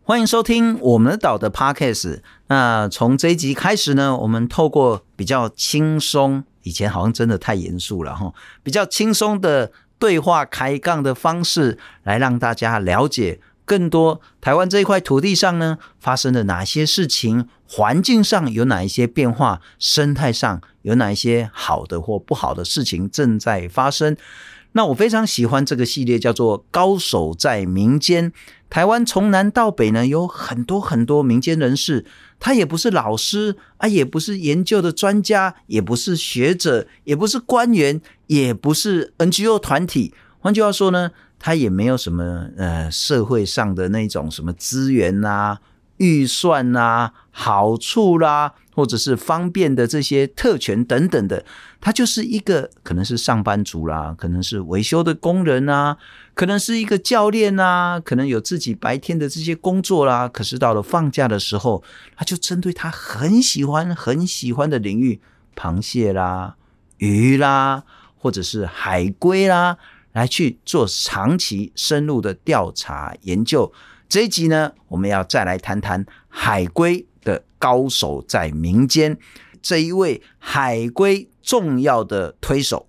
欢迎收听我们的岛的 Podcast。 那从这一集开始呢，我们透过比较轻松，以前好像真的太严肃了，比较轻松的对话开杠的方式，来让大家了解更多台湾这一块土地上呢发生了哪些事情，环境上有哪一些变化，生态上有哪一些好的或不好的事情正在发生。那我非常喜欢这个系列，叫做高手在民间。台湾从南到北呢，有很多民间人士，他也不是老师啊，也不是研究的专家，也不是学者，也不是官员，也不是 NGO 团体。换句话说呢，他也没有什么社会上的那种什么资源啊、预算啊、好处啦，或者是方便的这些特权等等的，他就是一个可能是上班族啦，可能是维修的工人啊，可能是一个教练啊，可能有自己白天的这些工作啦，可是到了放假的时候，他就针对他很喜欢的领域，螃蟹啦、鱼啦，或者是海龟啦，来去做长期深入的调查研究。这一集呢，我们要再来谈谈海龟的高手在民间，这一位海龟重要的推手。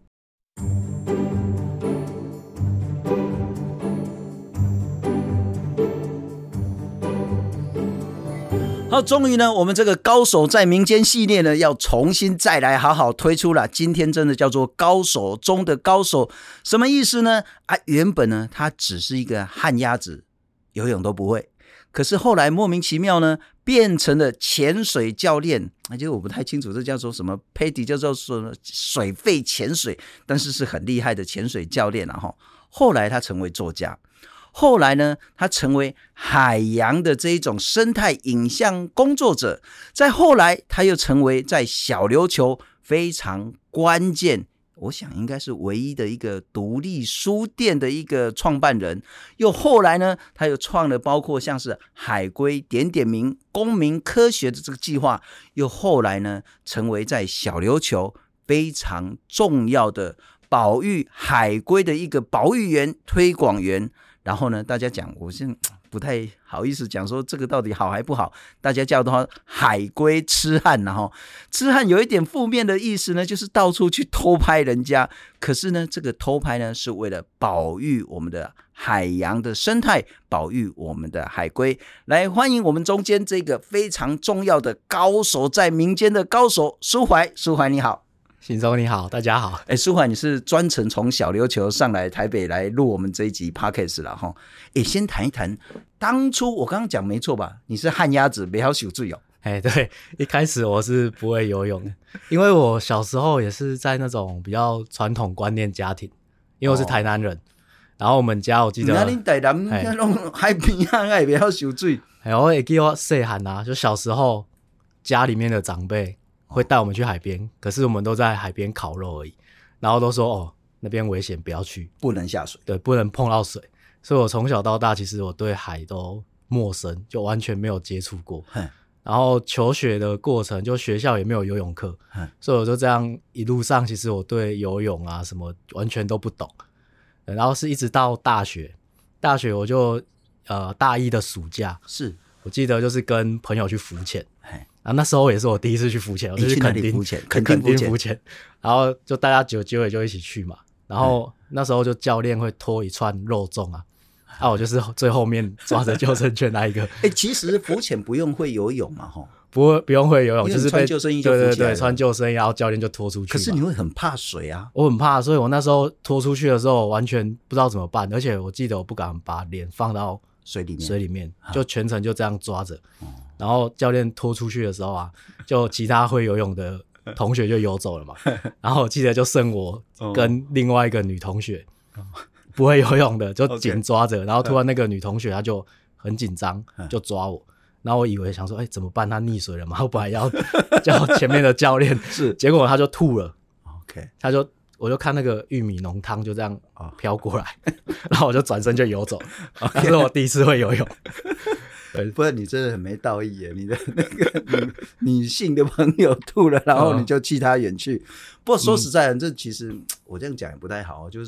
好，终于呢，我们这个高手在民间系列呢，要重新再来好好推出了。今天真的叫做高手中的高手，什么意思呢？原本呢，他只是一个旱鸭子，游泳都不会，可是后来莫名其妙呢，变成了潜水教练。就我不太清楚这叫做什么 PADI， 叫做什么水肺潜水，但是是很厉害的潜水教练啊。后来他成为作家，后来呢，他成为海洋的这一种生态影像工作者，再后来他又成为在小琉球非常关键，我想应该是唯一的一个独立书店的一个创办人。又后来呢，他又创了包括像是海龟点点名公民科学的这个计划，又后来呢，成为在小琉球非常重要的保育海龟的一个保育员推广员。然后呢，大家讲，我现在不太好意思讲说这个到底好还不好，大家叫他海龟痴汉。然后痴汉有一点负面的意思呢，就是到处去偷拍人家，可是呢，这个偷拍呢是为了保育我们的海洋的生态，保育我们的海龟。来欢迎我们中间这个非常重要的高手在民间的高手舒怀。舒怀你好。 信忠你好，大家好。 舒怀，你是专程从小琉球上来台北来录我们这一集 Podcast 啦齁。先谈一谈当初我刚刚讲没错吧？你是旱鸭子，不要游水哦。 对，一开始我是不会游泳的，因为我小时候也是在那种比较传统观念家庭，因为我是台南人，然后我们家我记得， 你台南那种海边啊，也不要游水。 我会记我细汉啊，就小时候家里面的长辈会带我们去海边，可是我们都在海边烤肉而已，然后都说那边危险，不要去， 不能下水， 对，不能碰到水。所以我从小到大其实我对海都陌生，就完全没有接触过。然后求学的过程，就学校也没有游泳课，所以我就这样一路上，其实我对游泳啊什么完全都不懂。然后是一直到大学我就大一的暑假， 是我记得就是跟朋友去浮潜。那时候也是我第一次去浮潜，我就去垦丁浮潜，然后就大家有机会就一起去嘛。然后那时候就教练会拖一串肉粽啊，我就是最后面抓着救生圈那一个。 其实浮潜不用会游泳嘛， 不用会游泳，就是穿救生衣就浮起来了。 对，穿救生衣，然后教练就拖出去。 可是你会很怕水啊？ 我很怕，所以我那时候拖出去的时候完全不知道怎么办，而且我记得我不敢把脸放到水里面，就全程就这样抓着。然后教练拖出去的时候啊，就其他会游泳的同学就游走了嘛。然后我记得就剩我跟另外一个女同学不会游泳的，就紧抓着。然后突然那个女同学她就很紧张，就抓我。然后我以为想说，怎么办？她溺水了嘛？我本来要叫前面的教练， 是， 结果她就吐了。 OK， 我就看那个玉米浓汤就这样飘过来，然后我就转身就游走。那是我第一次会游泳。 不然你真的很没道义耶，你的那个女性的朋友吐了，然后你就弃她远去。不过说实在的，这其实我这样讲也不太好，就是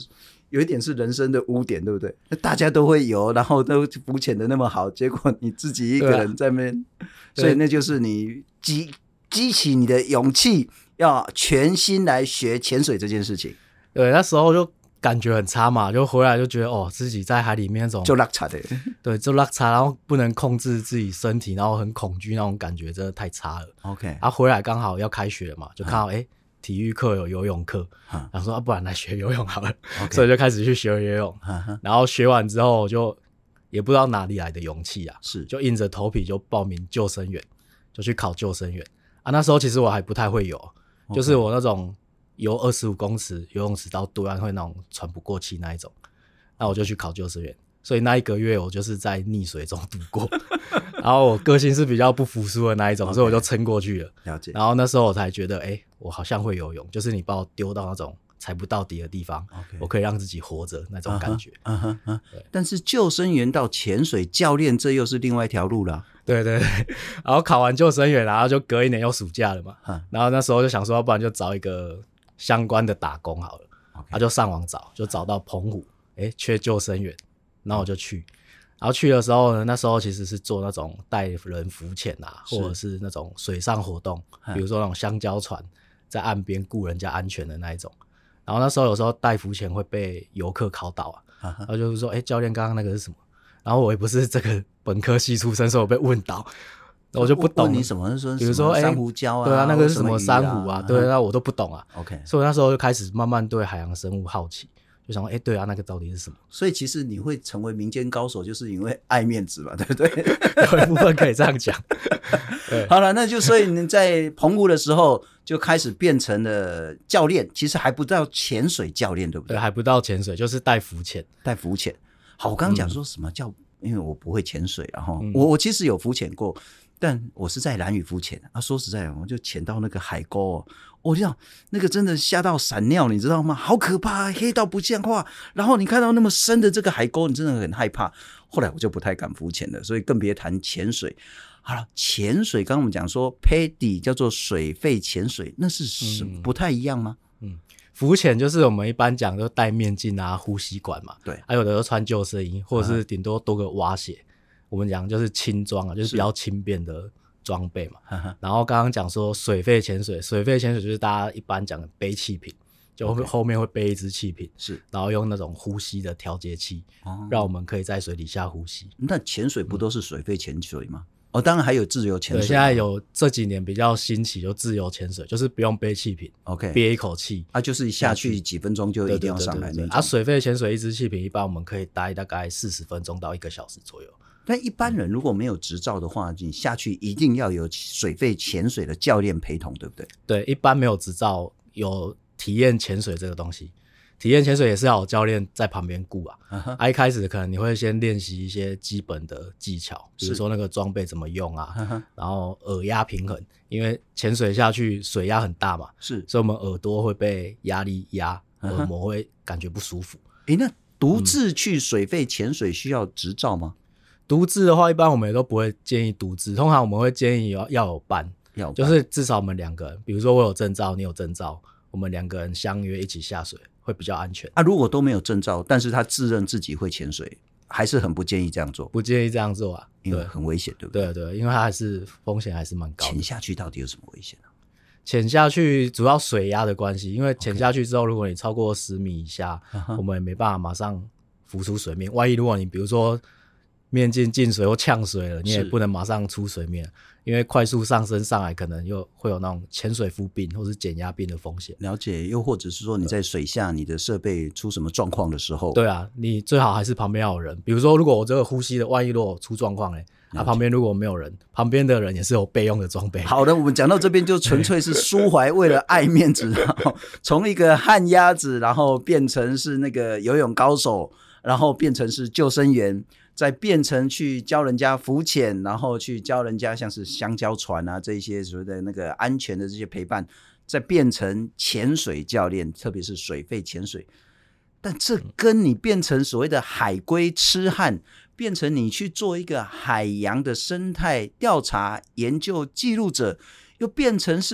有一点是人生的污点，对不对？大家都会游，然后都浮潜的那么好，结果你自己一个人在那边，所以那就是你激起你的勇气，要全心来学潜水这件事情。 对，那时候就感觉很差嘛，就回来就觉得自己在海里面那种就落差的， 对，就落差，然后不能控制自己身体，然后很恐惧那种感觉，真的太差了。 OK， 回来刚好要开学了嘛，就看到体育课有游泳课，然后说不然来学游泳好了，所以就开始去学游泳。然后学完之后就也不知道哪里来的勇气啊， 是就硬着头皮就报名救生员，就去考救生员啊。那时候其实我还不太会游，就是我那种游25公尺游泳池到对岸会那种喘不过气那一种，那我就去考救生员。所以那1个月我就是在溺水中度过然后我个性是比较不服输的那一种，所以我就撑过去了。 了解。 然后那时候我才觉得我好像会游泳，就是你把我丢到那种踩不到底的地方，我可以让自己活着那种感觉。 但是救生员到潜水教练这又是另外一条路了。 对对对，然后考完救生员，然后就隔一年又暑假了嘛。然后那时候就想说，要不然就找一个相关的打工好了。就上网找，就找到澎湖，缺救生员，然后我就去。然后去的时候呢，那时候其实是做那种带人浮潜啊，或者是那种水上活动，比如说那种香蕉船在岸边顾人家安全的那一种。然后那时候有时候带浮潜会被游客考倒啊，然后就是说教练刚刚那个是什么？然后我也不是这个本科系出身，所以我被问倒，我就不懂。 问你什么？说比如说珊瑚礁啊， 对啊，那个是什么珊瑚啊？对，那我都不懂啊。 OK， 所以那时候就开始慢慢对海洋生物好奇，就想说，对啊，那个到底是什么？ 所以其实你会成为民间高手，就是因为爱面子嘛，对不对？ 有一部分可以这样讲。 好了，那就所以你在澎湖的时候就开始变成了教练，其实还不到潜水教练，对不对？ 对，还不到潜水，就是带浮潜。 带浮潜。好，我刚刚讲说什么叫，因为我不会潜水，然后我其实有浮潜过，但我是在兰屿浮潜啊。说实在，我就潜到那个海沟我就想那个真的吓到闪尿，你知道吗？好可怕，黑到不像话。然后你看到那么深的这个海沟，你真的很害怕。后来我就不太敢浮潜了，所以更别谈潜水。好了，潜水刚刚我们讲说 PADI 叫做水肺潜水，那是什么不太一样吗？ 浮潜就是我们一般讲就戴面镜啊、呼吸管嘛， 对， 还有的就穿救生衣，或者是顶多多个蛙鞋。我们讲就是轻装啊，就是比较轻便的装备嘛。然后刚刚讲说水肺潜水，水肺潜水就是大家一般讲的背气瓶，就后面会背一支气瓶， 是， 然后用那种呼吸的调节器，让我们可以在水底下呼吸。 那潜水不都是水肺潜水吗？当然还有自由潜水。 对，现在有这几年比较兴起，就自由潜水，就是不用背气瓶 ，OK， 憋一口气就是下去几分钟就一定要上来那种。 水肺潜水一支气瓶一般我们可以待大概40分钟到1个小时左右。 但一般人如果没有执照的话，你下去一定要有水肺潜水的教练陪同，对不对？ 对，一般没有执照有体验潜水这个东西。体验潜水也是要有教练在旁边顾一开始可能你会先练习一些基本的技巧，比如说那个装备怎么用啊，然后耳压平衡，因为潜水下去水压很大嘛， 是， 所以我们耳朵会被压力压，耳膜会感觉不舒服。 那独自去水肺潜水需要执照吗？ 独自的话，一般我们也都不会建议独自，通常我们会建议要有伴，就是至少我们2个人，比如说我有证照，你有证照，我们2个人相约一起下水会比较安全。 如果都没有证照，但是他自认自己会潜水，还是很不建议这样做。 不建议这样做啊， 因为很危险，对不对？ 对，因为它还是风险还是蛮高的。 潜下去到底有什么危险潜下去主要水压的关系，因为潜下去之后，如果你超过10米以下，我们也没办法马上浮出水面。万一如果你比如说面镜进水或呛水了，你也不能马上出水面，因为快速上升上来可能又会有那种潜水夫病或是减压病的风险。 了解，又或者是说你在水下你的设备出什么状况的时候， 对啊，你最好还是旁边要有人。比如说如果我这个呼吸的万一如果出状况旁边如果没有人，旁边的人也是有备用的装备。 好的，我们讲到这边就纯粹是抒怀为了爱面子，然后从一个旱鸭子然后变成是那个游泳高手，然后变成是救生员，再变成去教人家浮潜，然后去教人家像是香蕉船啊这一些所谓的那个安全的这些陪伴，再变成潜水教练，特别是水肺潜水。但这跟你变成所谓的海龟痴汉，变成你去做一个海洋的生态调查研究记录者，又变成是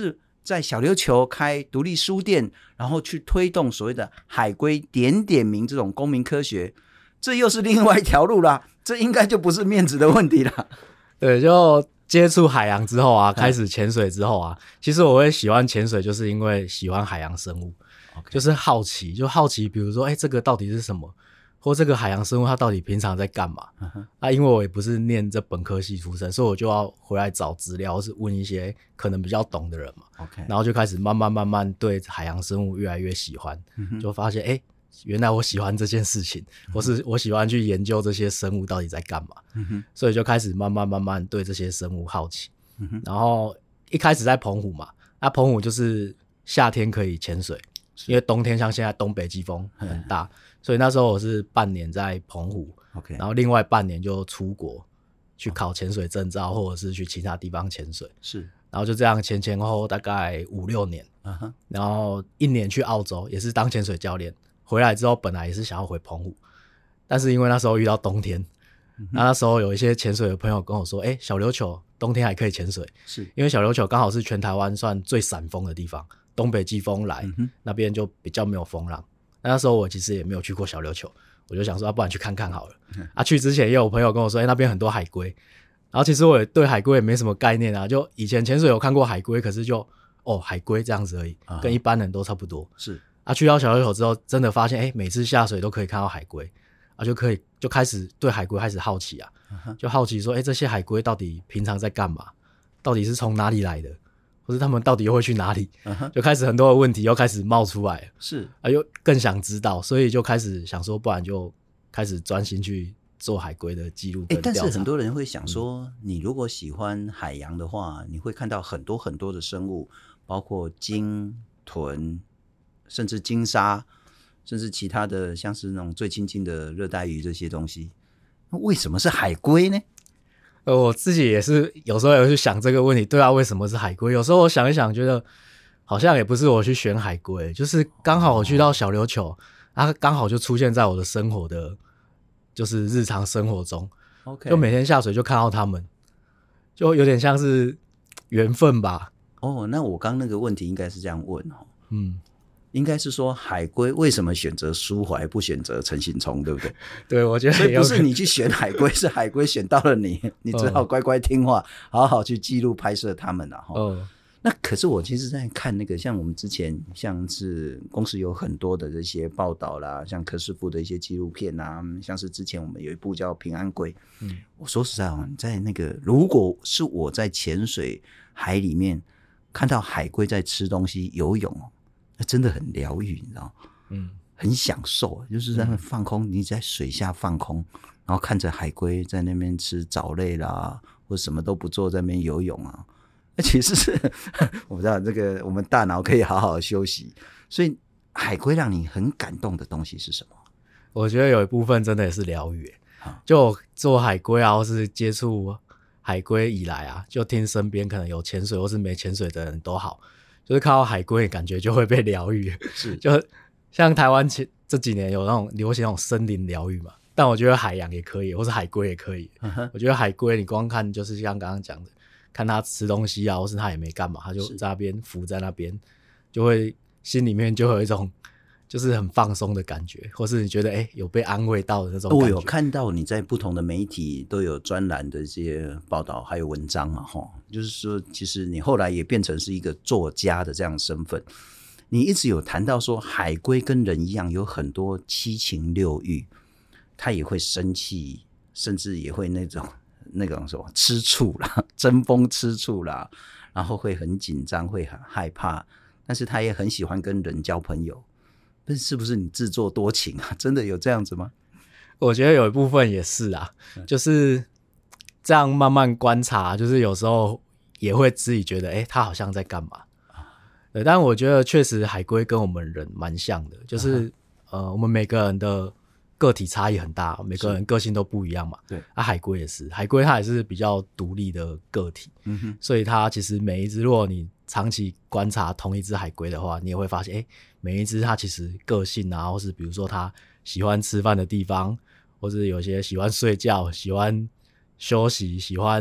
在小琉球开独立书店，然后去推动所谓的海龟点点名这种公民科学，这又是另外一条路啦，这应该就不是面子的问题啦。 对，就接触海洋之后啊，开始潜水之后啊，其实我会喜欢潜水，就是因为喜欢海洋生物，就是好奇，比如说这个到底是什么，或这个海洋生物它到底平常在干嘛。因为我也不是念这本科系出身，所以我就要回来找资料，或是问一些可能比较懂的人嘛。然后就开始慢慢对海洋生物越来越喜欢，就发现原来我喜欢这件事情，或是我喜欢去研究这些生物到底在干嘛。所以就开始慢慢对这些生物好奇。然后一开始在澎湖嘛，澎湖就是夏天可以潜水，因为冬天像现在东北季风很大，所以那时候我是半年在澎湖，然后另外半年就出国去考潜水证照，或者是去其他地方潜水。 是， 然后就这样前后大概5-6年。然后1年去澳洲，也是当潜水教练。回来之后本来也是想要回澎湖，但是因为那时候遇到冬天，那时候有一些潜水的朋友跟我说，小琉球冬天还可以潜水，是因为小琉球刚好是全台湾算最闪风的地方，东北季风来，那边就比较没有风浪。那时候我其实也没有去过小琉球，我就想说不然去看看好了。去之前也有朋友跟我说那边很多海龟，然后其实我也对海龟也没什么概念啊，就以前潜水有看过海龟，可是就海龟这样子而已，跟一般人都差不多。是去到小琉球之后真的发现每次下水都可以看到海龟，就开始对海龟开始好奇啊，就好奇说这些海龟到底平常在干嘛，到底是从哪里来的，或是他们到底又会去哪里，就开始很多的问题又开始冒出来了。是又更想知道，所以就开始想说不然就开始专心去做海龟的记录跟调查。 但是很多人会想说，你如果喜欢海洋的话，你会看到很多很多的生物，包括鲸、豚，甚至鲸鲨，甚至其他的像是那种最亲近的热带鱼这些东西，那为什么是海龟呢？ 我自己也是有时候有去想这个问题，对啊，为什么是海龟？有时候我想一想，觉得好像也不是我去选海龟，就是刚好我去到小琉球，刚好就出现在我的生活的，就是日常生活中，就每天下水就看到他们，就有点像是缘分吧。 那我刚那个问题应该是这样问应该是说海龟为什么选择苏淮不选择陈信聪，对不对？ 对，我觉得所以不是你去选海龟，是海龟选到了你，你只好乖乖听话，好好去记录拍摄他们了。那可是我其实在看那个，像我们之前像是公司有很多的这些报道啦，像柯师傅的一些纪录片啊，像是之前我们有一部叫《平安龟》。我说实在话，在那个如果是我在潜水海里面看到海龟在吃东西游泳，那真的很疗愈，你知道吗？很享受，就是在那放空，你在水下放空，然后看着海龟在那边吃藻类啦，或者什么都不做在那边游泳啊。那其实是我不知道这个我们大脑可以好好休息。所以海龟让你很感动的东西是什么？ 我觉得有一部分真的也是疗愈，就做海龟啊，或是接触海龟以来啊，就听身边可能有潜水或是没潜水的人都好，就是看到海龟感觉就会被疗愈。是，就像台湾这几年有那种流行那种森林疗愈嘛，但我觉得海洋也可以，或是海龟也可以。我觉得海龟你光看就是像刚刚讲的，看它吃东西啊，或是它也没干嘛，它就在那边浮在那边，就会心里面就会有一种就是很放松的感觉，或是你觉得有被安慰到的那种感觉。 我有看到你在不同的媒体都有专栏的一些报道还有文章嘛，就是说其实你后来也变成是一个作家的这样的身份。你一直有谈到说海龟跟人一样有很多七情六欲，它也会生气，甚至也会那种什么吃醋啦，争风吃醋啦，然后会很紧张，会很害怕，但是他也很喜欢跟人交朋友。是不是你自作多情啊？真的有这样子吗？ 我觉得有一部分也是啊，就是这样慢慢观察，就是有时候也会自己觉得他好像在干嘛。对，但我觉得确实海龟跟我们人蛮像的，就是我们每个人的个体差异很大，每个人个性都不一样嘛。对，海龟也是，海龟它也是比较独立的个体。所以它其实每一只，如果你长期观察同一只海龟的话，你也会发现每一只它其实个性啊，或是比如说它喜欢吃饭的地方，或是有些喜欢睡觉，喜欢休息，喜欢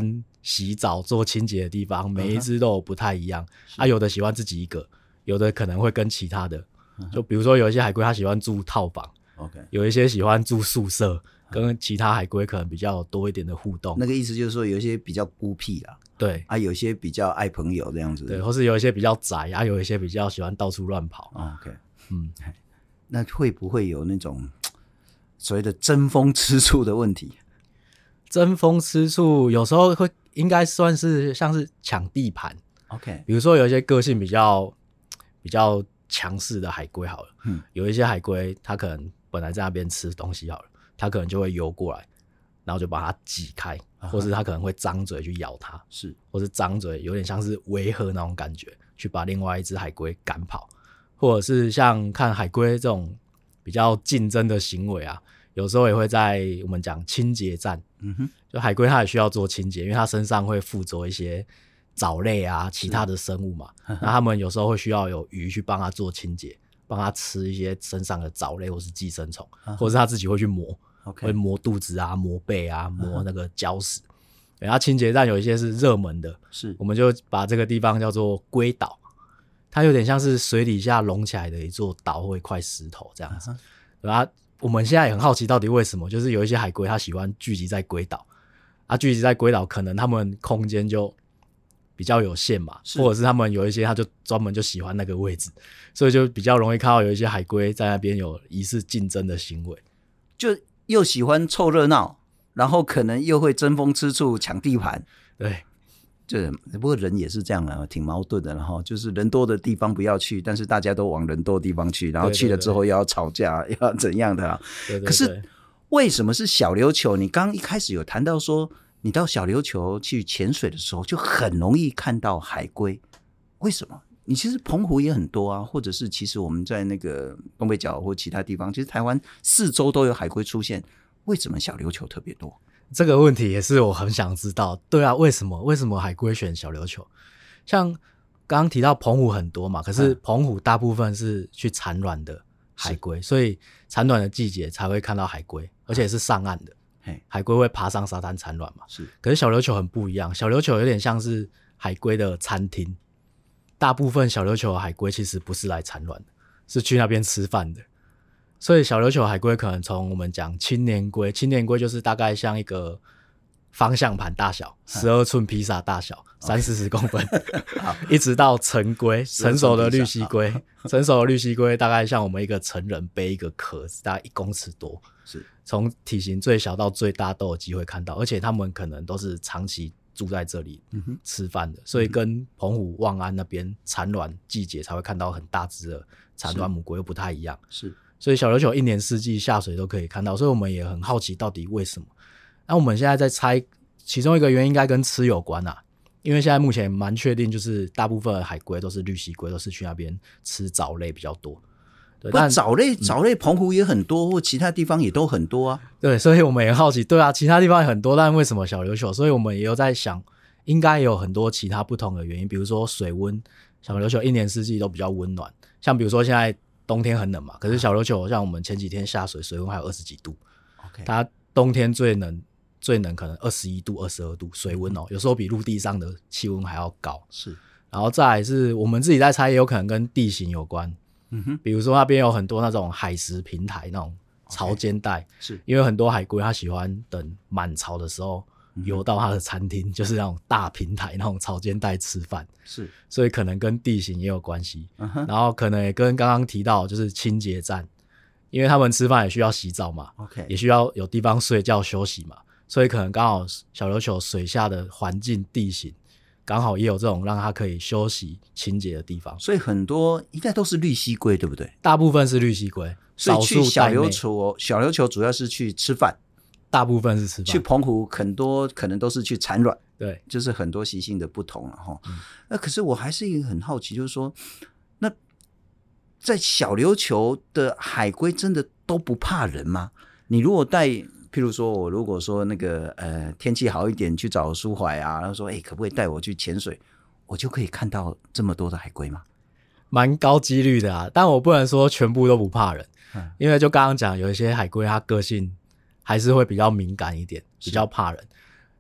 洗澡做清洁的地方，每一只都有不太一样有的喜欢自己一个，有的可能会跟其他的就比如说有一些海龟它喜欢住套房，OK， 有一些喜欢住宿舍，跟其他海龟可能比较多一点的互动。 那个意思就是说有一些比较孤僻啦， 对有一些比较爱朋友这样子， 对，或是有一些比较宅有一些比较喜欢到处乱跑 OK， 那会不会有那种所谓的争风吃醋的问题？ 争风吃醋有时候会应该算是像是抢地盘 OK， 比如说有一些个性比较强势的海龟好了，有一些海龟它可能本来在那边吃东西好了，它可能就会游过来，然后就把它挤开，或是它可能会张嘴去咬它，是，或是张嘴有点像是威吓那种感觉，去把另外一只海龟赶跑，或者是像看海龟这种比较竞争的行为有时候也会在我们讲清洁站，就海龟它也需要做清洁，因为它身上会附着一些藻类其他的生物嘛，那他们有时候会需要有鱼去帮它做清洁，帮它吃一些身上的藻类或是寄生虫，或者是它自己会去磨，会磨肚子磨背磨那个礁石。然后清洁站有一些是热门的，是我们就把这个地方叫做龟岛，它有点像是水底下隆起来的一座岛或一块石头这样子。然后我们现在也很好奇到底为什么，就是有一些海龟它喜欢聚集在龟岛聚集在龟岛可能他们空间就比较有限嘛，或者是他们有一些他就专门就喜欢那个位置，所以就比较容易看到有一些海龟在那边有疑似竞争的行为， 就又喜欢凑热闹，然后可能又会争风吃醋抢地盘。 对， 不过人也是这样挺矛盾的，然后就是人多的地方不要去，但是大家都往人多的地方去，然后去了之后又要吵架，对对对，要怎样的对对对。可是为什么是小琉球？你刚一开始有谈到说你到小琉球去潜水的时候就很容易看到海龟，为什么？你其实澎湖也很多或者是其实我们在那个东北角或其他地方，其实台湾四周都有海龟出现，为什么小琉球特别多？ 这个问题也是我很想知道。对为什么海龟选小琉球？像刚刚提到澎湖很多嘛，可是澎湖大部分是去产卵的海龟，所以产卵的季节才会看到海龟，而且是上岸的。海龟会爬上沙滩产卵嘛？是。可是小琉球很不一样，小琉球有点像是海龟的餐厅，大部分小琉球的海龟其实不是来产卵的，是去那边吃饭的。所以小琉球海龟可能从我们讲青年龟就是大概像一个方向盘大小，12寸披萨大小，30-40公分一直到成龟，成熟的绿蜥龟大概像我们一个成人背一个壳子，大概1公尺多，是从体型最小到最大都有机会看到，而且他们可能都是长期住在这里吃饭的，所以跟澎湖望安那边产卵季节才会看到很大只的产卵母龟又不太一样，是。所以小琉球一年四季下水都可以看到，所以我们也很好奇到底为什么。那我们现在在猜其中一个原因应该跟吃有关因为现在目前蛮确定就是大部分的海龟都是绿蜥龟，都是去那边吃藻类比较多。对，但藻类澎湖也很多，或其他地方也都很多对，所以我们也好奇，对其他地方也很多，但为什么小琉球？所以我们也有在想，应该也有很多其他不同的原因，比如说水温，小琉球一年四季都比较温暖，像比如说现在冬天很冷嘛，可是小琉球像我们前几天下水，水温还有20几度，它冬天最冷可能21度、22度水温有时候比陆地上的气温还要高。是，然后再来是我们自己在猜，也有可能跟地形有关。比如说那边有很多那种海蚀平台那种潮间带，是因为很多海龟它喜欢等满潮的时候游到它的餐厅，就是那种大平台那种潮间带吃饭，是，所以可能跟地形也有关系。然后可能也跟刚刚提到就是清洁站，因为他们吃饭也需要洗澡嘛，也需要有地方睡觉休息嘛，所以可能刚好小琉球水下的环境地形刚好也有这种让它可以休息清洁的地方， 所以很多应该都是绿蜥龟，对不对？ 大部分是绿蜥龟， 所以去小琉球主要是去吃饭， 大部分是吃饭。 去澎湖很多可能都是去产卵， 对， 就是很多习性的不同那可是我还是很好奇，就是说，那在小琉球的海龟真的都不怕人吗？你如果带，譬如说我如果说那个天气好一点去找苏怀然后说可不可以带我去潜水，我就可以看到这么多的海龟吗？ 蛮高几率的但我不能说全部都不怕人，因为就刚刚讲有一些海龟它个性还是会比较敏感一点，比较怕人。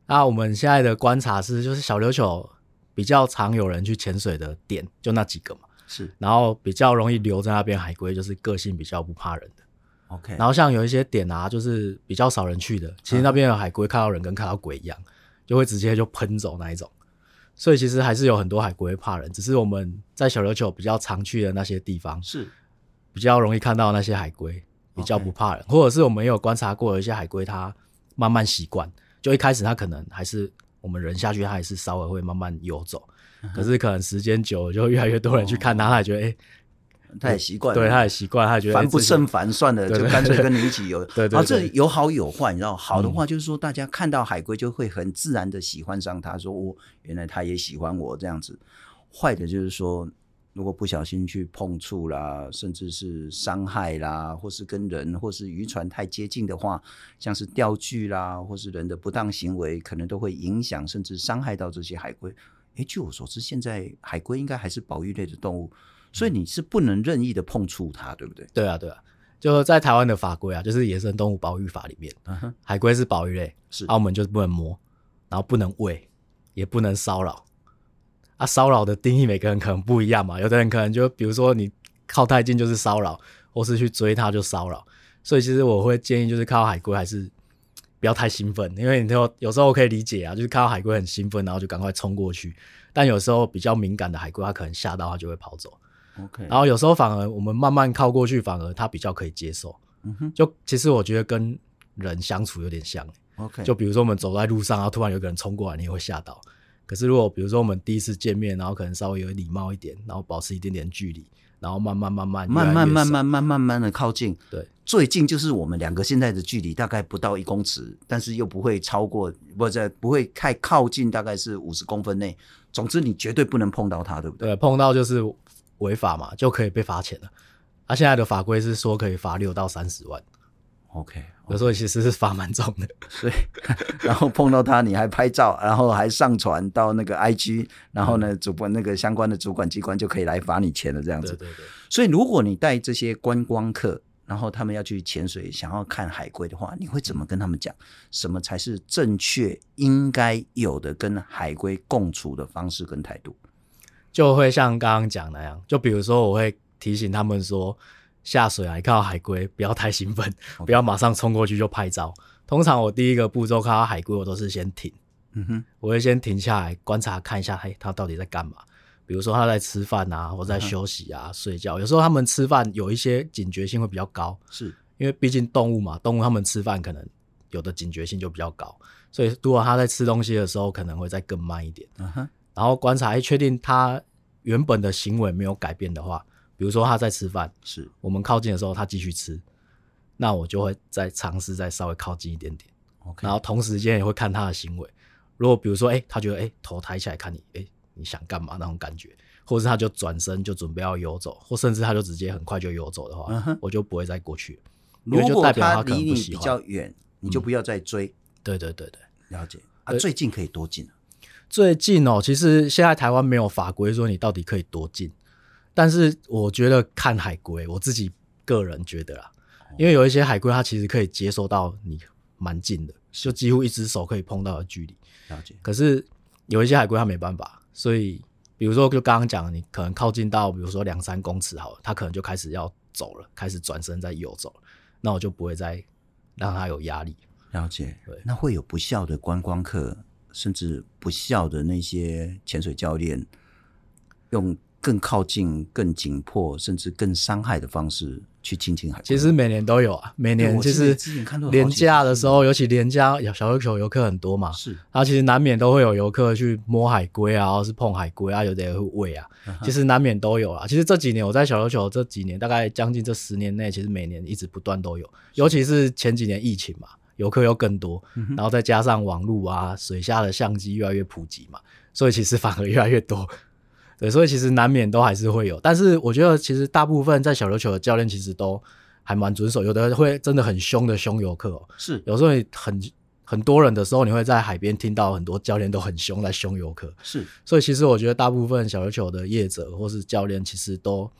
那我们现在的观察是，就是小琉球比较常有人去潜水的点就那几个嘛， 是， 然后比较容易留在那边海龟就是个性比较不怕人的。 OK， 然后像有一些点啊，就是比较少人去的，其实那边的海龟看到人跟看到鬼一样，就会直接就喷走那一种。所以其实还是有很多海龟会怕人，只是我们在小琉球比较常去的那些地方， 是比较容易看到那些海龟比较不怕人，或者是我们也有观察过有一些海龟它慢慢习惯，就一开始它可能还是我们人下去它还是稍微会慢慢游走，可是可能时间久了就越来越多人去看它，他也觉得他也习惯了， 对，他也习惯，他也觉得烦不胜烦，算了，就干脆跟你一起游。 对， 然后这有好有坏，你知道，好的话就是说，大家看到海龟就会很自然的喜欢上它，说原来它也喜欢我这样子。坏的就是说，如果不小心去碰触啦，甚至是伤害啦，或是跟人或是渔船太接近的话，像是钓具啦，或是人的不当行为，可能都会影响甚至伤害到这些海龟。据我所知，现在海龟应该还是保育类的动物。所以你是不能任意的碰触它，对不对？ 对啊，对啊，就在台湾的法规啊，就是野生动物保育法里面，海龟是保育类，是澳门就是不能摸，然后不能喂，也不能骚扰。啊，骚扰的定义每个人可能不一样嘛，有的人可能就比如说你靠太近就是骚扰，或是去追它就骚扰。所以其实我会建议就是看到海龟还是不要太兴奋，因为你有时候我可以理解啊，就是看到海龟很兴奋，然后就赶快冲过去。但有时候比较敏感的海龟，它可能吓到它就会跑走。 OK， 然后有时候反而我们慢慢靠过去，反而他比较可以接受。就其实我觉得跟人相处有点像。 OK， 就比如说我们走在路上，然后突然有个人冲过来，你也会吓到。可是如果比如说我们第一次见面，然后可能稍微有礼貌一点，然后保持一点点距离，然后慢慢的靠近。 对， 最近就是我们两个现在的距离大概不到1公尺，但是又不会超过，不会太靠近，大概是50公分内。总之你绝对不能碰到它，对不对？ 对，碰到就是违法嘛，就可以被罚钱了。现在的法规是说可以罚6到30万。 OK， 有时候其实是罚蛮重的。 所以然后碰到他你还拍照，然后还上传到那个 IG， 然后呢那个相关的主管机关就可以来罚你钱了这样子。 对。 所以如果你带这些观光客，然后他们要去潜水想要看海龟的话，你会怎么跟他们讲什么才是正确应该有的跟海龟共处的方式跟态度？ 就会像刚刚讲那样，就比如说我会提醒他们说，下水啊，看到海龟不要太兴奋，不要马上冲过去就拍照。通常我第一个步骤看到海龟，我都是先停，我会先停下来观察看一下，它到底在干嘛。比如说它在吃饭啊，或在休息啊，睡觉。有时候他们吃饭有一些警觉性会比较高，是因为毕竟动物嘛，动物他们吃饭可能有的警觉性就比较高，所以如果它在吃东西的时候，可能会再更慢一点。然后观察，确定它原本的行为没有改变的话，比如说它在吃饭，是我们靠近的时候它继续吃，那我就会再尝试再稍微靠近一点点。然后同时间也会看它的行为。如果比如说它觉得头抬起来看你，你想干嘛那种感觉，或者是他就转身就准备要游走，或甚至他就直接很快就游走的话，我就不会再过去。 如果他离你比较远，你就不要再追。 对， 了解。最近可以多近？ 最近其实现在台湾没有法规说你到底可以多近，但是我觉得看海龟，我自己个人觉得啦，因为有一些海龟它其实可以接收到你蛮近的，就几乎一只手可以碰到的距离。 了解。 可是有一些海龟它没办法，所以比如说就刚刚讲，你可能靠近到比如说2-3公尺好了，它可能就开始要走了，开始转身在游走了，那我就不会再让它有压力。 了解。对，那会有不孝的观光客，甚至不孝的那些潜水教练，用更靠近、更紧迫，甚至更伤害的方式去亲近海龟。 其实每年都有啊，每年其实连假的时候，尤其连假小琉球游客很多嘛，是，然后其实难免都会有游客去摸海龟啊，或是碰海龟啊，有的也会喂啊，其实难免都有啊。其实这几年我在小琉球这几年，大概将近这10年内，其实每年一直不断都有，尤其是前几年疫情嘛，游客又更多，然后再加上网络啊，水下的相机越来越普及嘛，所以其实反而越来越多。对，所以其实难免都还是会有，但是我觉得其实大部分在小琉球的教练其实都还蛮遵守，有的会真的很凶的凶游客是有时候很多人的时候，你会在海边听到很多教练都很凶在凶游客，是，所以其实我觉得大部分小琉球的业者或是教练其实都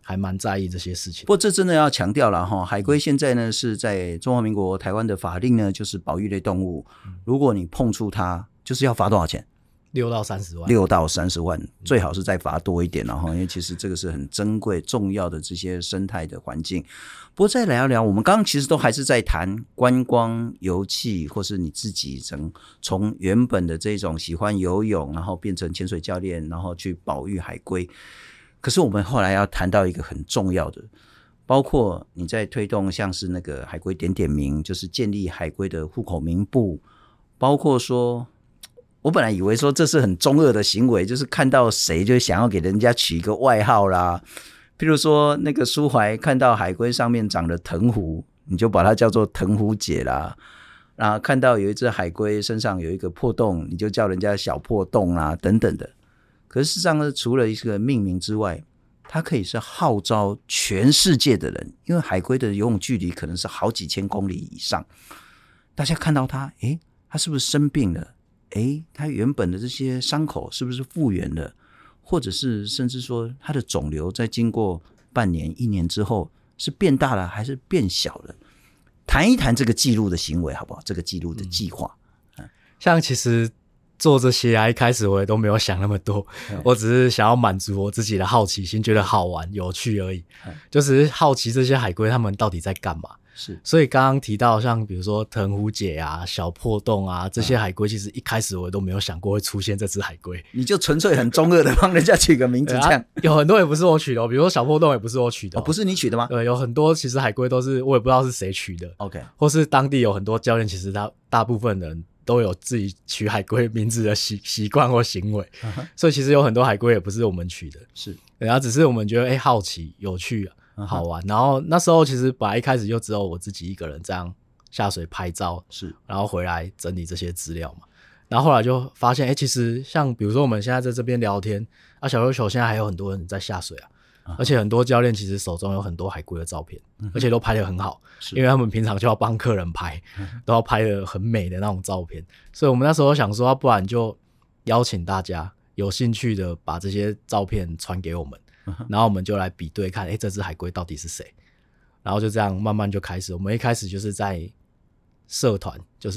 还蛮在意这些事情。 不过这真的要强调了哈，海龟现在呢是在中华民国台湾的法令呢，就是保育类动物，如果你碰触它，就是要罚多少钱 ？6到30万。 6到30万，最好是再罚多一点了哈，因为其实这个是很珍贵重要的这些生态的环境。不过再聊聊，我们刚刚其实都还是在谈观光游憩，或是你自己从原本的这种喜欢游泳，然后变成潜水教练，然后去保育海龟。可是我们后来要谈到一个很重要的，包括你在推动像是那个海龟点点名，就是建立海龟的户口名簿，包括说我本来以为说这是很中二的行为，就是看到谁就想要给人家取一个外号啦，譬如说那个苏怀看到海龟上面长了藤壶，你就把它叫做藤壶姐啦，然后看到有一只海龟身上有一个破洞，你就叫人家小破洞啦等等的。可是事实上呢，除了一个命名之外，它可以是号召全世界的人，因为海龟的游泳距离可能是好几千公里以上，大家看到它，它是不是生病了？它原本的这些伤口是不是复原了？或者是甚至说它的肿瘤在经过半年、1年之后是变大了还是变小了？谈一谈这个记录的行为好不好？这个记录的计划。 像其实做这些一开始我也都没有想那么多，我只是想要满足我自己的好奇心，觉得好玩有趣而已，就是好奇这些海龟他们到底在干嘛。 是， 所以刚刚提到像比如说藤壶姐啊、小破洞啊这些海龟，其实一开始我都没有想过会出现这只海龟。 你就纯粹很中二的帮人家取个名字这样。 有很多也不是我取的，比如说小破洞也不是我取的。 不是你取的吗？ 对，有很多其实海龟都是我也不知道是谁取的。 OK， 或是当地有很多教练，其实他大部分人都有自己取海龟名字的习惯或行为，所以其实有很多海龟也不是我们取的， 是， 然后只是我们觉得好奇、有趣、好玩。然后那时候其实本来一开始就只有我自己一个人这样下水拍照，是，然后回来整理这些资料嘛。然后后来就发现，其实像比如说我们现在在这边聊天啊，小琉球现在还有很多人在下水啊，而且很多教练其实手中有很多海龟的照片，而且都拍得很好，因为他们平常就要帮客人拍，都要拍得很美的那种照片。所以我们那时候想说，不然就邀请大家有兴趣的把这些照片传给我们，然后我们就来比对看，这只海龟到底是谁。然后就这样慢慢就开始，我们一开始就是在社团，就是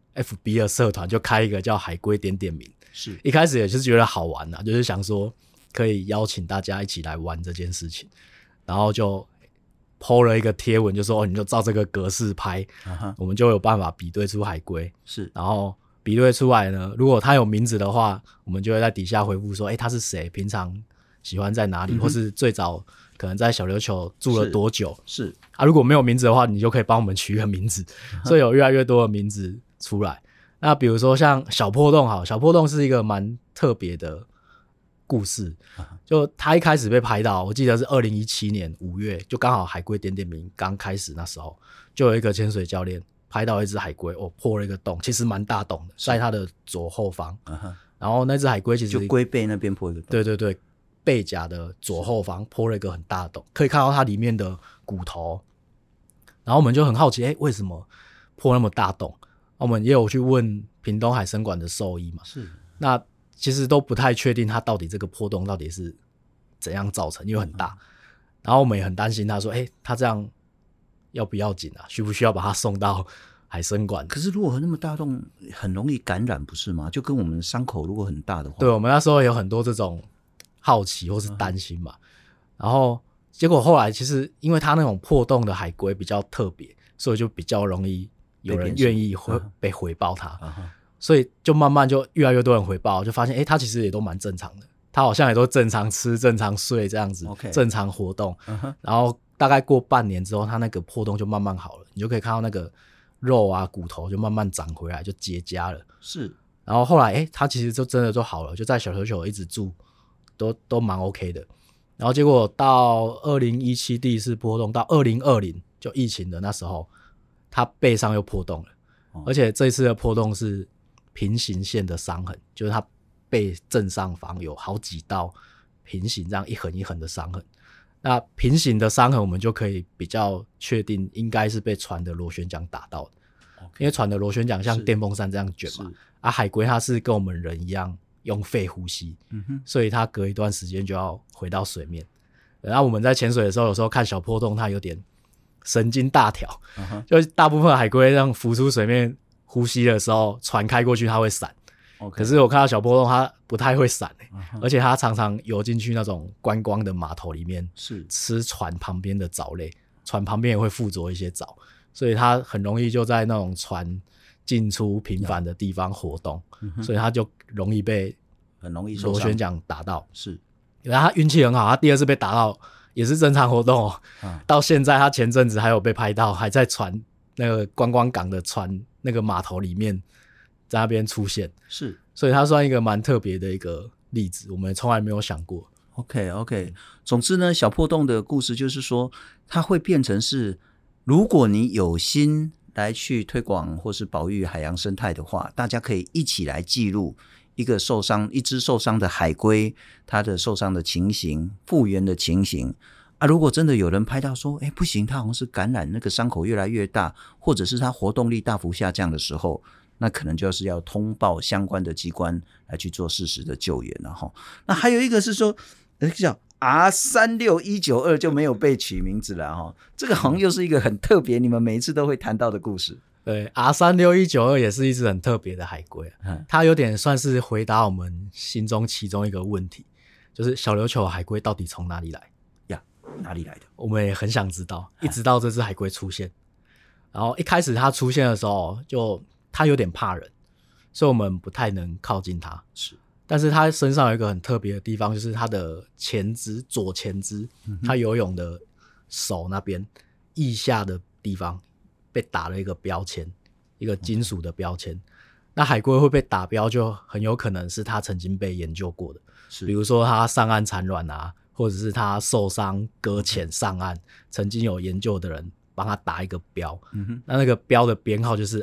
FB 的社团就开一个叫海龟点点名，是一开始也是觉得好玩就是想说可以邀请大家一起来玩这件事情，然后就 po 了一个贴文，就说你就照这个格式拍，我们就有办法比对出海龟，是，然后比对出来呢，如果他有名字的话，我们就会在底下回复说他是谁，平常喜欢在哪里，或是最早可能在小琉球住了多久，是如果没有名字的话，你就可以帮我们取一个名字，所以有越来越多的名字出来。那比如说像小破洞，小破洞是一个蛮特别的故事，就他一开始被拍到，我记得是2017年5月，就刚好海龟点点名刚开始，那时候就有一个潜水教练拍到一只海龟，破了一个洞，其实蛮大洞的，在它的左后方，然后那只海龟其实就龟背那边破一个洞， 对对对，背甲的左后方破了一个很大的洞，可以看到它里面的骨头，然后我们就很好奇，为什么破那么大洞？我们也有去问屏东海生馆的兽医嘛，是，那其实都不太确定它到底这个破洞到底是怎样造成，因为很大，然后我们也很担心他说他这样要不要紧啊，需不需要把它送到海生馆？ 可是如果那么大洞很容易感染不是吗？就跟我们伤口如果很大的话， 对，我们那时候有很多这种好奇或是担心嘛，然后结果后来其实因为它那种破洞的海龟比较特别，所以就比较容易有人愿意被回报它，所以就慢慢就越来越多人回报，就发现它其实也都蛮正常的，它好像也都正常吃正常睡这样子，正常活动，然后大概过半年之后，它那个破洞就慢慢好了，你就可以看到那个肉啊骨头就慢慢长回来，就结痂了，是，然后后来它其实就真的就好了，就在小琉球一直住都蛮 OK 的，然后结果到2017第一次破洞，到2020就疫情的那时候，它背上又破洞了，而且这一次的破洞是平行线的伤痕，就是它背正上方有好几道平行这样一横一横的伤痕，那平行的伤痕我们就可以比较确定应该是被船的螺旋桨打到的，因为船的螺旋桨像电风扇这样卷嘛，海龟它是跟我们人一样用肺呼吸，所以它隔一段时间就要回到水面， 然后我们在潜水的时候，有时候看小波动，它有点神经大条，就大部分海龟让浮出水面呼吸的时候，船开过去它会闪。可是我看到小波动它不太会闪、而且它常常游进去那种观光的码头里面，是吃船旁边的藻类，船旁边也会附着一些藻，所以它很容易就在那种船进出频繁的地方活动，所以它就容易被螺旋桨打到。是，然后他运气很好，他第二次被打到也是正常活动到现在他前阵子还有被拍到，还在船那个观光港的船那个码头里面在那边出现。是，所以他算一个蛮特别的一个例子，我们从来没有想过。 OK， 总之呢，小破洞的故事就是说，它会变成是，如果你有心来去推广或是保育海洋生态的话，大家可以一起来记录一只受伤的海龟，它的受伤的情形，复原的情形啊。如果真的有人拍到说，不行，它好像是感染，那个伤口越来越大，或者是它活动力大幅下降的时候，那可能就是要通报相关的机关来去做适时的救援了齁。那还有一个是说，叫 R36192 就没有被取名字了齁。这个好像又是一个很特别，你们每一次都会谈到的故事。 对 ，R36192 也是一只很特别的海龟，它有点算是回答我们心中其中一个问题，就是小琉球海龟到底从哪里来呀？哪里来的？ 我们也很想知道，一直到这只海龟出现。然后一开始它出现的时候，就它有点怕人，所以我们不太能靠近它。是，但是它身上有一个很特别的地方，就是它的左前肢，它游泳的手那边腋下的地方被打了一个标签，一个金属的标签。那海龟会被打标，就很有可能是它曾经被研究过的，比如说它上岸产卵啊，或者是它受伤搁浅上岸，曾经有研究的人帮它打一个标，那个标的编号就是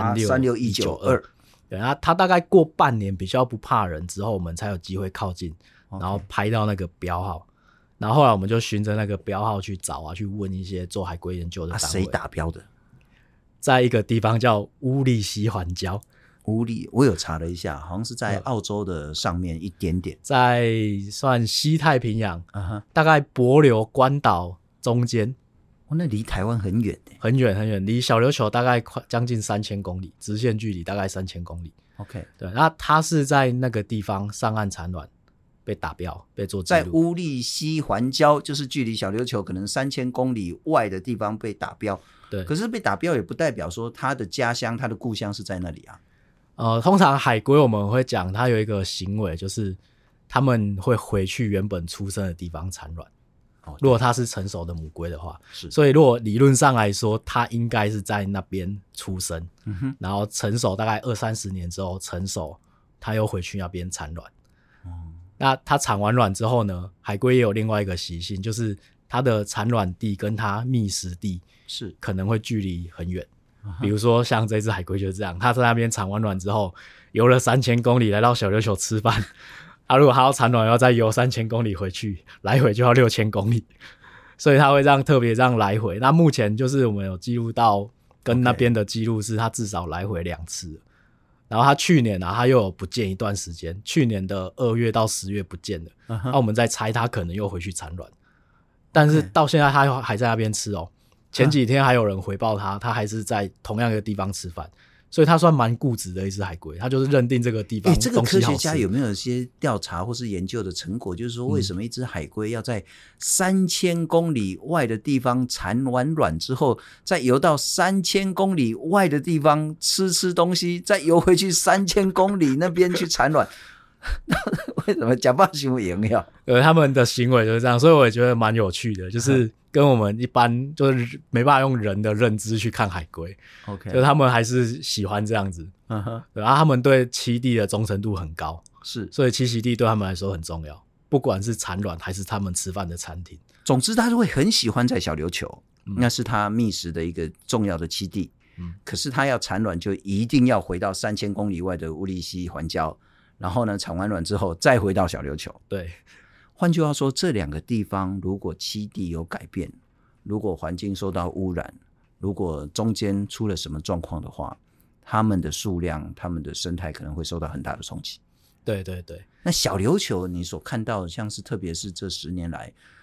R36192。对，它大概过半年比较不怕人之后，我们才有机会靠近，然后拍到那个标号。然后后来我们就循着那个标号去找啊，去问一些做海龟研究的单位。 谁打标的？ 在一个地方叫乌利西环礁。 我有查了一下，好像是在澳洲的上面一点点， 在算西太平洋，大概帛琉关岛中间。 那离台湾很远很远很远，离小琉球大概将近3000公里，直线距离大概3000公里。 OK， 对，那它是在那个地方上岸产卵，被打标，被做记录。 在乌利西环礁，就是距离小琉球可能3000公里外的地方被打标。 对， 可是被打标也不代表说他的家乡、他的故乡是在那里啊。 通常海龟我们会讲，它有一个行为，就是他们会回去原本出生的地方产卵。如果它是成熟的母龟的话，所以如果理论上来说，它应该是在那边出生，然后成熟大概20-30年之后成熟，它又回去那边产卵。那它产完卵之后呢，海龟也有另外一个习性，就是它的产卵地跟它觅食地是可能会距离很远。比如说像这只海龟就是这样，它在那边产完卵之后，游了3000公里来到小琉球吃饭。如果它要产卵，要再游3000公里回去，来回就要6000公里，所以它会这样特别这样来回。那目前就是我们有记录到，跟那边的记录是它至少来回2次。然后它去年它又有不见一段时间，去年的2月到10月不见了。那我们在猜它可能又回去产卵，但是到现在它还在那边吃哦。前几天还有人回报它还是在同样一个地方吃饭。所以它算蛮固执的一只海龟，它就是认定这个地方东西好吃。 这个科学家有没有一些调查或是研究的成果，就是说为什么一只海龟要在3000公里外的地方产完卵之后，再游到3000公里外的地方吃东西，再游回去3000公里那边去产卵？为什么假扮行为营养？ 他们的行为就是这样，所以我也觉得蛮有趣的，就是跟我们一般就是没办法用人的认知去看海龟。OK， 就是他们还是喜欢这样子。对，他们对栖地的忠诚度很高，所以栖息地对他们来说很重要，不管是产卵还是他们吃饭的餐厅。 总之，他会很喜欢在小琉球，那是他觅食的一个重要的栖地。可是他要产卵，就一定要回到3000公里外的乌利西环礁。然后呢，产完卵之后再回到小琉球。 对， 换句话说，这2个地方如果栖地有改变，如果环境受到污染，如果中间出了什么状况的话，它们的数量、它们的生态可能会受到很大的冲击。 对对对。 那小琉球你所看到的，像是特别是这10年来，不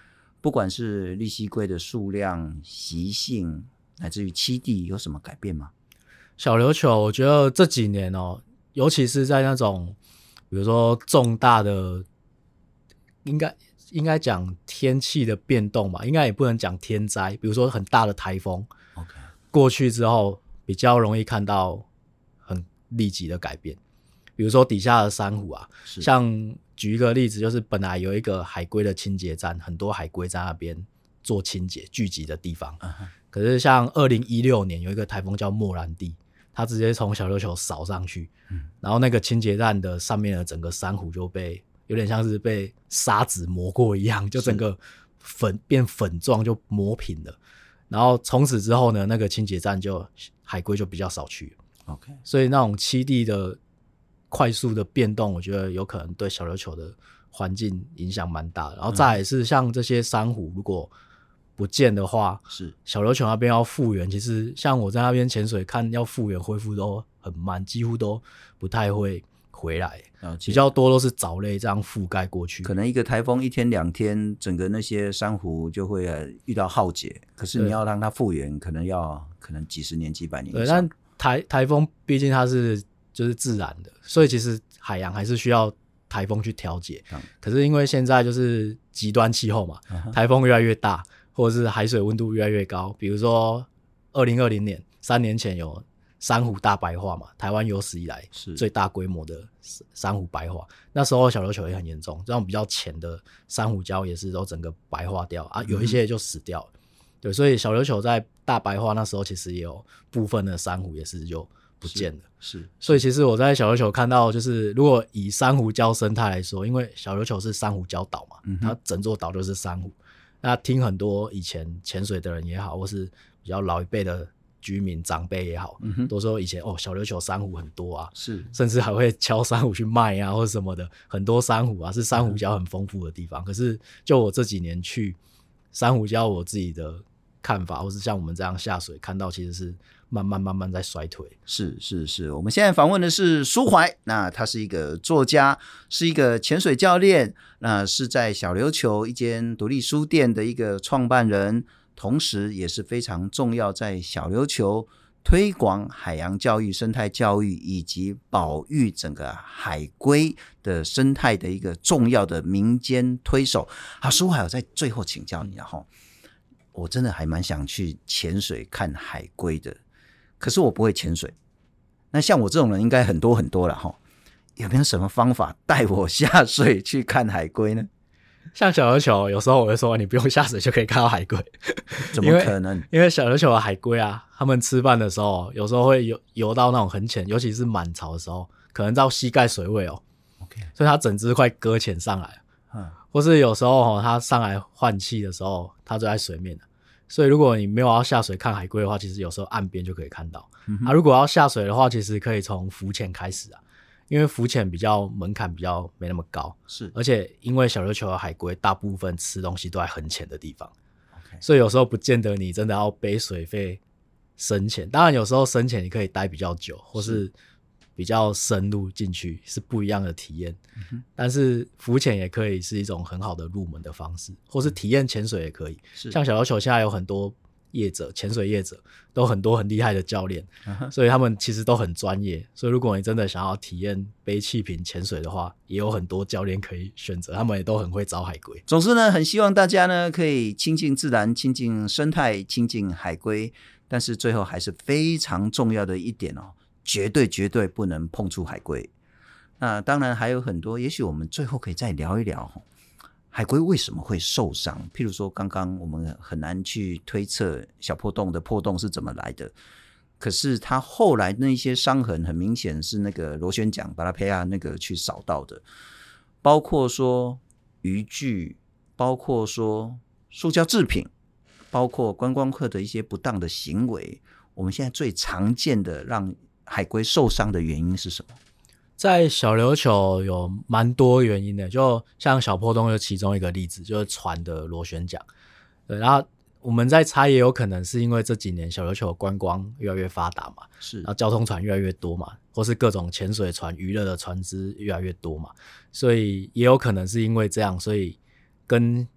不管是利息龟的数量、习性，乃至于栖地有什么改变吗？ 小琉球我觉得这几年尤其是在那种比如说重大的应该讲天气的变动嘛，应该也不能讲天灾，比如说很大的台风 OK 过去之后比较容易看到很立即的改变。比如说底下的珊瑚啊，像举一个例子，就是本来有一个海龟的清洁站，很多海龟在那边做清洁聚集的地方，可是像2016年有一个台风叫莫兰蒂，它直接从小琉球扫上去，然后那个清洁站的上面的整个珊瑚就被有点像是被砂纸磨过一样，就整个变粉状，就磨平了。然后从此之后呢，那个清洁站海龟就比较少去了。 OK， 所以那种栖地的快速的变动，我觉得有可能对小琉球的环境影响蛮大的。然后再来是像这些珊瑚如果不见的话， 是小琉球那边要复原，其实像我在那边潜水看要复原恢复都很慢，几乎都不太会回来，比较多都是藻类这样覆盖过去。 可能一个台风1天2天，整个那些珊瑚就会遇到浩劫。可是你要让它复原，可能几十年几百年以上。 对，但台风毕竟它是就是自然的，所以其实海洋还是需要台风去调节。可是因为现在就是极端气候嘛，台风越来越大，或者是海水温度越来越高。比如说2020年3年前有珊瑚大白化嘛，台湾有史以来最大规模的珊瑚白化，那时候小琉球也很严重，这种比较浅的珊瑚礁也是都整个白化掉啊，有一些就死掉了。对，所以小琉球在大白化那时候其实也有部分的珊瑚也是就不见了。 是， 所以其实我在小琉球看到，就是如果以珊瑚礁生态来说，因为小琉球是珊瑚礁岛嘛，它整座岛就是珊瑚。那听很多以前潜水的人也好，或是比较老一辈的居民长辈也好，都说以前小琉球珊瑚很多啊， 是， 甚至还会敲珊瑚去卖啊，或者什么的，很多珊瑚啊，是珊瑚礁很丰富的地方。可是就我这几年去珊瑚礁，我自己的看法，或是像我们这样下水看到，其实是慢慢在衰退。 是，我们现在访问的是苏怀，那他是一个作家，是一个潜水教练，那是在小琉球一间独立书店的一个创办人，同时也是非常重要在小琉球推广海洋教育、生态教育以及保育整个海龟的生态的一个重要的民间推手。好，苏怀，我在最后请教你我真的还蛮想去潜水看海龟的，可是我不会潜水。那像我这种人应该很多了有没有什么方法带我下水去看海龟呢？ 像小琉球有时候我会说你不用下水就可以看到海龟。 怎么可能？ 因为小琉球的海龟啊，他们吃饭的时候有时候会游到那种很浅，尤其是满潮的时候，可能到膝盖水位 OK， 所以它整只快搁浅上来或是有时候它上来换气的时候它就在水面了。所以如果你没有要下水看海龟的话，其实有时候岸边就可以看到如果要下水的话，其实可以从浮潜开始因为浮潜比较门槛比较没那么高， 是， 而且因为小琉球的海龟大部分吃东西都在很浅的地方所以有时候不见得你真的要背水费深潜。当然有时候深潜你可以待比较久，或是比较深入进去，是不一样的体验但是浮潜也可以是一种很好的入门的方式，或是体验潜水也可以像小琉球现在有很多业者，潜水业者都很多很厉害的教练所以他们其实都很专业，所以如果你真的想要体验背气瓶潜水的话，也有很多教练可以选择，他们也都很会找海龟。 总之呢，很希望大家呢可以亲近自然，亲近生态，亲近海龟，但是最后还是非常重要的一点绝对不能碰触海龟。那当然还有很多，也许我们最后可以再聊一聊海龟为什么会受伤。譬如说刚刚我们很难去推测小破洞的破洞是怎么来的，可是它后来那些伤痕很明显是那个螺旋桨巴拉佩亚那个去扫到的，包括说渔具，包括说塑胶制品，包括观光客的一些不当的行为。我们现在最常见的让海龟受伤的原因是什么？ 在小琉球有蛮多原因的，就像小破洞就其中一个例子，就是船的螺旋桨。对，然后我们在猜也有可能是因为这几年小琉球观光越来越发达嘛， 是， 然后交通船越来越多嘛，或是各种潜水船娱乐的船只越来越多嘛，所以也有可能是因为这样，所以跟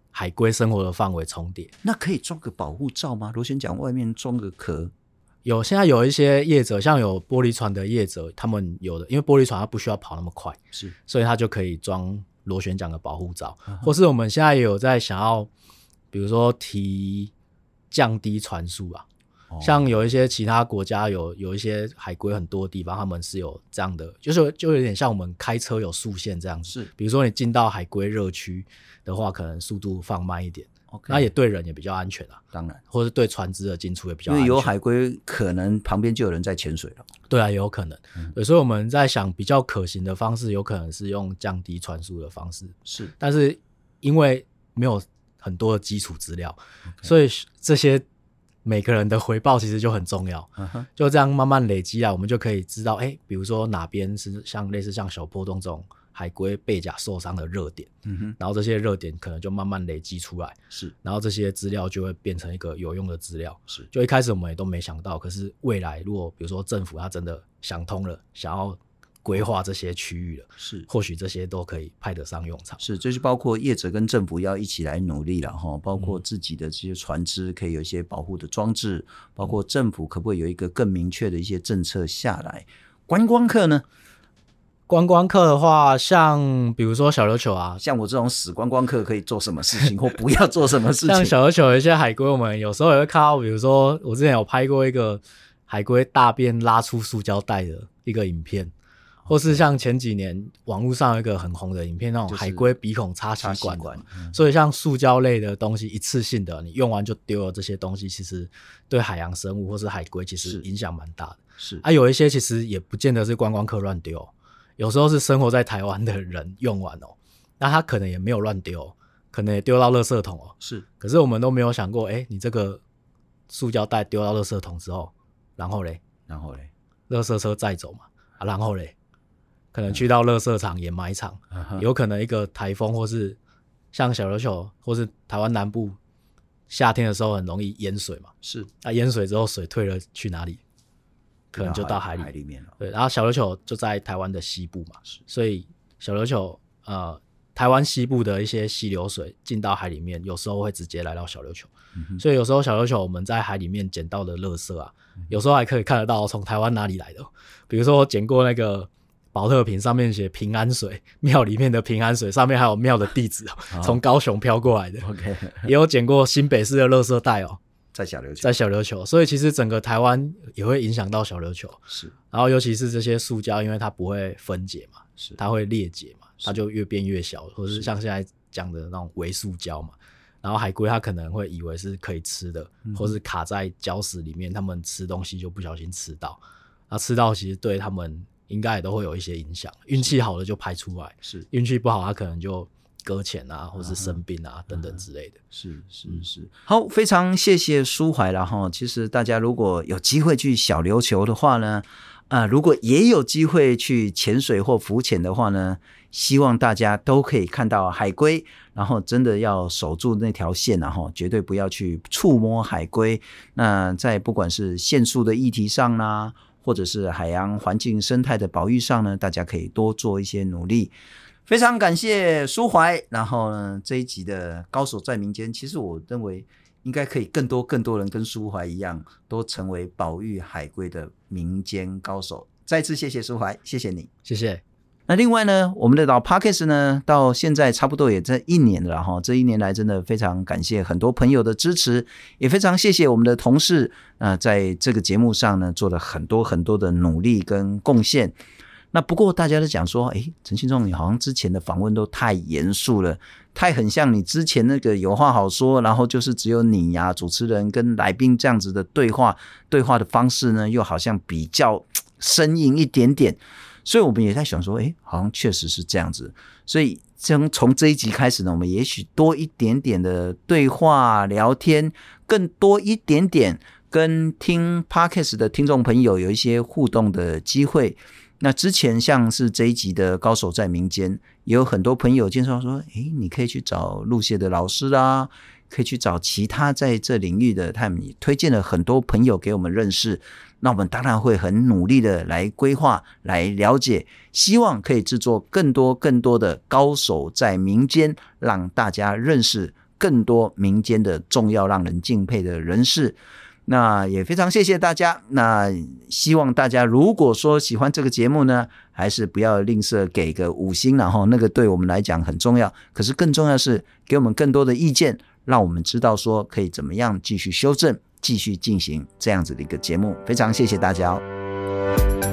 海龟生活的范围重叠。 那可以装个保护罩吗？螺旋桨外面装个壳？ 现在有一些业者，像有玻璃船的业者，他们有的，因为玻璃船它不需要跑那么快， 是， 所以它就可以装螺旋桨的保护罩，或是我们现在也有在想要，比如说降低船速啊。像有一些其他国家有一些海龟很多地方，他们是有这样的，就有点像我们开车有速限这样子。 是， 比如说你进到海龟热区的话，可能速度放慢一点。那也对人也比较安全啊， 当然， 或是对船只的进出也比较安全。 因为有海龟，可能旁边就有人在潜水了。 对啊，也有可能。对，所以我们在想比较可行的方式，有可能是用降低船速的方式。 是， 但是因为没有很多的基础资料，所以这些每个人的回报其实就很重要。就这样慢慢累积来，我们就可以知道，比如说哪边是类似像小波动这种海龟背甲受伤的热点，然后这些热点可能就慢慢累积出来， 是， 然后这些资料就会变成一个有用的资料， 是， 就一开始我们也都没想到，可是未来如果比如说政府它真的想通了，想要规划这些区域了， 是， 或许这些都可以派得上用场。 是，这就包括业者跟政府要一起来努力了哈，包括自己的这些船只可以有一些保护的装置，包括政府可不可以有一个更明确的一些政策下来。观光客呢？ 观光客的话，像比如说小琉球啊， 像我这种死观光客可以做什么事情或不要做什么事情？ 像小琉球有一些海龟，我们有时候也会看到，比如说我之前有拍过一个海龟大便拉出塑胶袋的一个影片，或是像前几年网络上有一个很红的影片，那种海龟鼻孔插吸管的，所以像塑胶类的东西一次性的你用完就丢了，这些东西其实对海洋生物或是海龟其实影响蛮大的。 是有一些其实也不见得是观光客乱丢，有时候是生活在台湾的人用完那他可能也没有乱丢，可能也丢到垃圾桶是， 可是我们都没有想过，你这个塑胶袋丢到垃圾桶之后，然后嘞，垃圾车载走嘛，然后嘞，可能去到垃圾场掩埋场，有可能一个台风或是像小琉球或是台湾南部夏天的时候很容易淹水嘛， 是， 淹水之后水退了去哪里？可能就到海里面了。 对，然后小琉球就在台湾的西部嘛，所以小琉球台湾西部的一些溪流水进到海里面，有时候会直接来到小琉球。所以有时候小琉球我们在海里面捡到的垃圾啊，有时候还可以看得到从台湾哪里来的。比如说我捡过那个保特瓶，上面写平安水，庙里面的平安水，上面还有庙的地址从高雄飘过来的。也有捡过新北市的垃圾袋在小琉球，所以其实整个台湾也会影响到小琉球。 是， 然后尤其是这些塑胶，因为它不会分解嘛， 是， 它会裂解嘛，它就越变越小，或者是像现在讲的那种微塑胶嘛。然后海龟它可能会以为是可以吃的，或是卡在礁石里面，他们吃东西就不小心吃到，那吃到其实对他们应该也都会有一些影响。运气好的就排出来，是运气不好，它可能就搁浅啊，或是生病啊等等之类的。 是。好，非常谢谢舒怀啦齁。其实大家如果有机会去小琉球的话呢，如果也有机会去潜水或浮潜的话呢，希望大家都可以看到海龟，然后真的要守住那条线绝对不要去触摸海龟。那在不管是限塑的议题上啦，或者是海洋环境生态的保育上呢，大家可以多做一些努力。非常感谢舒怀，然后呢，这一集的高手在民间，其实我认为应该可以更多人跟舒怀一样，都成为保育海龟的民间高手。再次谢谢舒怀，谢谢你， 谢谢。 那另外呢，我们的老 Podcast 呢，到现在差不多也在1年了哈。这1年来真的非常感谢很多朋友的支持，也非常谢谢我们的同事在这个节目上呢做了很多的努力跟贡献。那不过大家都讲说，陈信忠你好像之前的访问都太严肃了，太很像你之前那个有话好说，然后就是只有你呀主持人跟来宾这样子的对话的方式呢，又好像比较生硬一点点。所以我们也在想说，好像确实是这样子。所以从这一集开始呢，我们也许多一点点的对话聊天，更多一点点跟听 Podcast 的听众朋友有一些互动的机会。那之前像是这一集的高手在民间，也有很多朋友介绍说，你可以去找陆蟹的老师啦，可以去找其他在这领域的，他们也推荐了很多朋友给我们认识。那我们当然会很努力的来规划，来了解，希望可以制作更多的高手在民间，让大家认识更多民间的重要让人敬佩的人士。那也非常谢谢大家，那希望大家如果说喜欢这个节目呢，还是不要吝啬给个5星，然后那个对我们来讲很重要，可是更重要的是给我们更多的意见，让我们知道说可以怎么样继续修正，继续进行这样子的一个节目。非常谢谢大家哦。